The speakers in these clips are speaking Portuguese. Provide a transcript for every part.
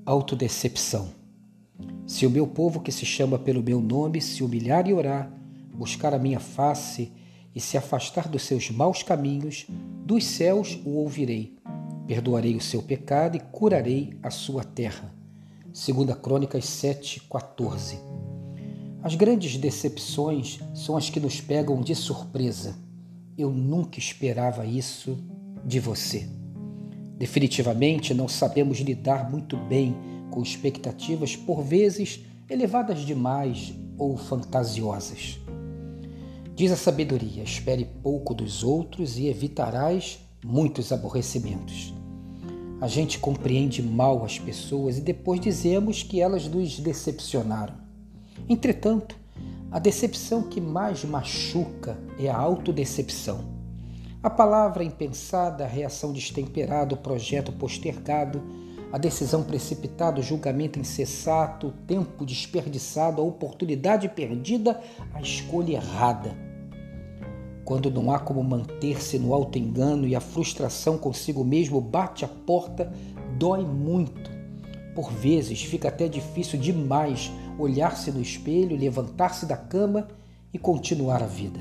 Autodecepção. Se o meu povo que se chama pelo meu nome se humilhar e orar, buscar a minha face e se afastar dos seus maus caminhos, dos céus o ouvirei. Perdoarei o seu pecado e curarei a sua terra. 2 Crônicas 7:14. As grandes decepções são as que nos pegam de surpresa. Eu nunca esperava isso de você. Definitivamente não sabemos lidar muito bem com expectativas por vezes elevadas demais ou fantasiosas. Diz a sabedoria: espere pouco dos outros e evitarás muitos aborrecimentos. A gente compreende mal as pessoas e depois dizemos que elas nos decepcionaram. Entretanto, a decepção que mais machuca é a autodecepção. A palavra impensada, a reação destemperada, o projeto postergado, a decisão precipitada, o julgamento insensato, o tempo desperdiçado, a oportunidade perdida, a escolha errada. Quando não há como manter-se no auto-engano e a frustração consigo mesmo bate a porta, dói muito. Por vezes fica até difícil demais olhar-se no espelho, levantar-se da cama e continuar a vida.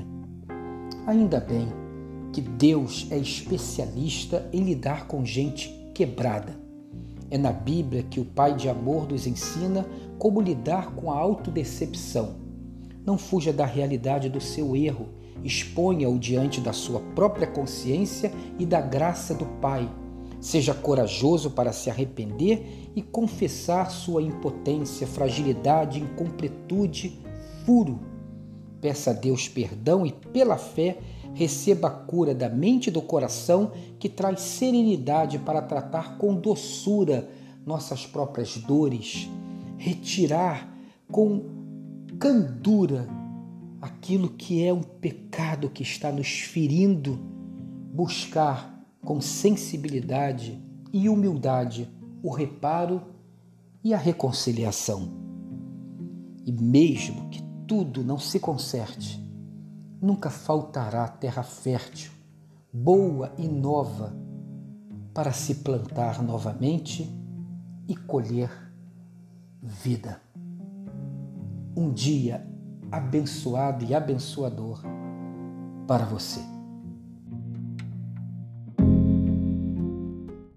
Ainda bem que Deus é especialista em lidar com gente quebrada. É na Bíblia que o Pai de amor nos ensina como lidar com a autodecepção. Não fuja da realidade do seu erro, exponha-o diante da sua própria consciência e da graça do Pai. Seja corajoso para se arrepender e confessar sua impotência, fragilidade, incompletude, furo. Peça a Deus perdão e, pela fé, receba a cura da mente e do coração que traz serenidade para tratar com doçura nossas próprias dores, retirar com candura aquilo que é um pecado que está nos ferindo, buscar com sensibilidade e humildade o reparo e a reconciliação. E mesmo que tudo não se conserte, nunca faltará terra fértil, boa e nova, para se plantar novamente e colher vida. Um dia abençoado e abençoador para você.